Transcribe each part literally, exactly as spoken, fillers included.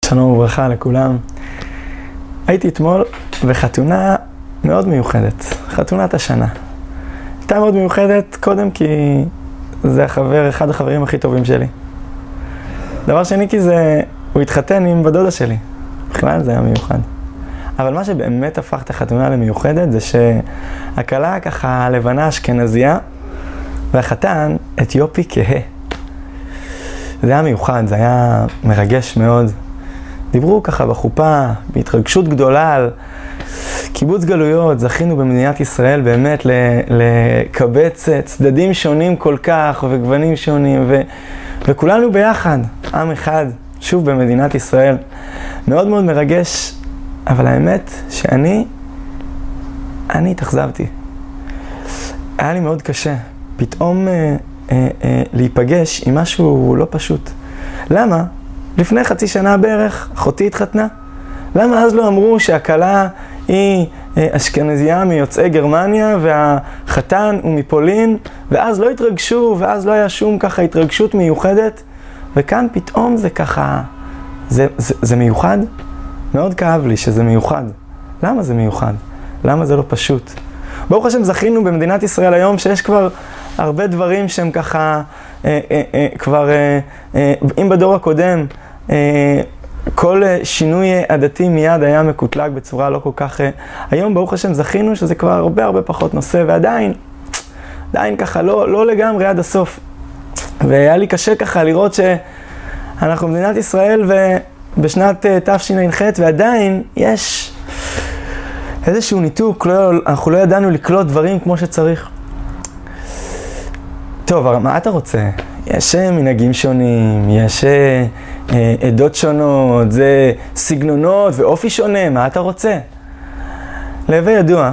שלום וברכה לכולם. הייתי אתמול בחתונה מאוד מיוחדת, חתונת השנה. הייתה מאוד מיוחדת קודם כי זה החבר, אחד החברים הכי טובים שלי. דבר שני כי זה, הוא התחתן עם בדודה שלי. בכלל זה היה מיוחד. אבל מה שבאמת הפך את החתונה למיוחדת זה שהכלה ככה לבנה אשכנזייה והחתן אתיופי כהה. זה היה מיוחד, זה היה מרגש מאוד. דיברו ככה בחופה, בהתרגשות גדולה על קיבוץ גלויות. זכינו במדינת ישראל באמת לקבץ צדדים שונים כל כך וגוונים שונים ו... וכולנו ביחד, עם אחד, שוב במדינת ישראל. מאוד מאוד מרגש, אבל האמת שאני, אני התאכזבתי. היה לי מאוד קשה, פתאום אה, אה, אה, להיפגש עם משהו לא פשוט. למה? לפני חצי שנה בערך, אחותי התחתנה. למה אז לא אמרו שהכלה היא אשכנזייה מיוצאי גרמניה והחתן הוא מפולין, ואז לא התרגשו, ואז לא היה שום ככה התרגשות מיוחדת, וכאן פתאום זה ככה, זה, זה, זה מיוחד? מאוד כאב לי שזה מיוחד. למה זה מיוחד? למה זה לא פשוט? ברוך השם זכינו במדינת ישראל היום שיש כבר הרבה דברים שהם ככה, אה, אה, אה, כבר, אה, אה, אם בדור הקודם, אה, כל שינוי עדתי מיד היה מקוטלג בצורה לא כל כך... אה, היום ברוך השם זכינו שזה כבר הרבה הרבה פחות נושא, ועדיין, עדיין ככה לא, לא לגמרי עד הסוף. והיה לי קשה ככה לראות שאנחנו במדינת ישראל ובשנת תשע"ח, ועדיין יש איזשהו ניתוק, לא, אנחנו לא ידענו לקלוט דברים כמו שצריך. טוב, אבל מה אתה רוצה? יש מנהגים שונים, יש עדות שונות, זה סגנונות ואופי שונה, מה אתה רוצה? להווה ידוע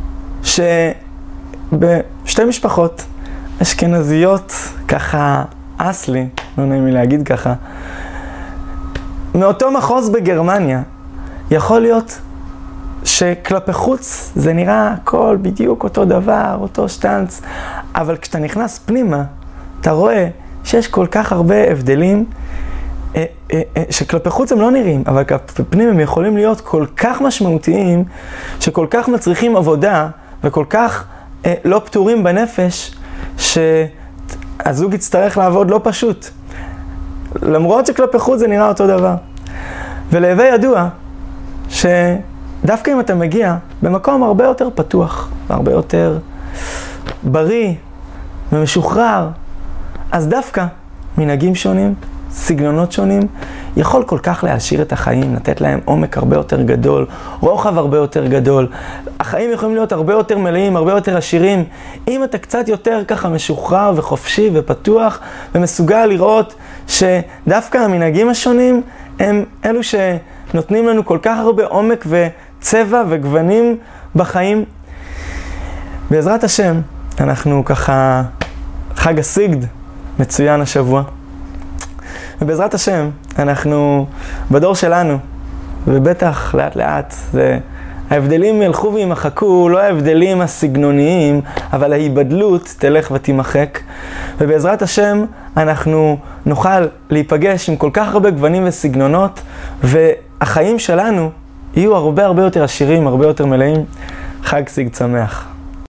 שבשתי משפחות אשכנזיות, ככה אסלי, לא נעים לי להגיד ככה, מאותו מחוז בגרמניה, יכול להיות שכלפי חוץ זה נראה הכל בדיוק אותו דבר, אותו שטנץ, אבל כשאתה נכנס פנימה, אתה רואה שיש כל כך הרבה הבדלים, אה, אה, אה, שכלפי חוץ הם לא נראים, אבל כלפי פנים הם יכולים להיות כל כך משמעותיים, שכל כך מצריכים עבודה, וכל כך אה, לא פתורים בנפש, שהזוג יצטרך לעבוד לא פשוט. למרות שכלפי חוץ זה נראה אותו דבר. ולהווה ידוע, שדווקא אם אתה מגיע במקום הרבה יותר פתוח, הרבה יותר בריא ומשוחרר, אז דווקא מנהגים שונים, סגנונות שונים, יכול כל כך להעשיר את החיים, לתת להם עומק הרבה יותר גדול, רוחב הרבה יותר גדול. החיים יכולים להיות הרבה יותר מלאים, הרבה יותר עשירים, אם אתה קצת יותר ככה משוחרר וחופשי ופתוח, ומסוגל לראות שדווקא המנהגים השונים הם אלו שנותנים לנו כל כך הרבה עומק וצבע וגוונים בחיים. בעזרת השם, אנחנו ככה, חג הסיגד מצוין השבוע. ובעזרת השם, אנחנו בדור שלנו, ובטח לאט לאט, זה, ההבדלים ילכו וימחקו, לא ההבדלים הסגנוניים, אבל ההיבדלות תלך ותימחק. ובעזרת השם, אנחנו נוכל להיפגש עם כל כך הרבה גוונים וסגנונות, והחיים שלנו יהיו הרבה הרבה יותר עשירים, הרבה יותר מלאים. חג סיגד שמח.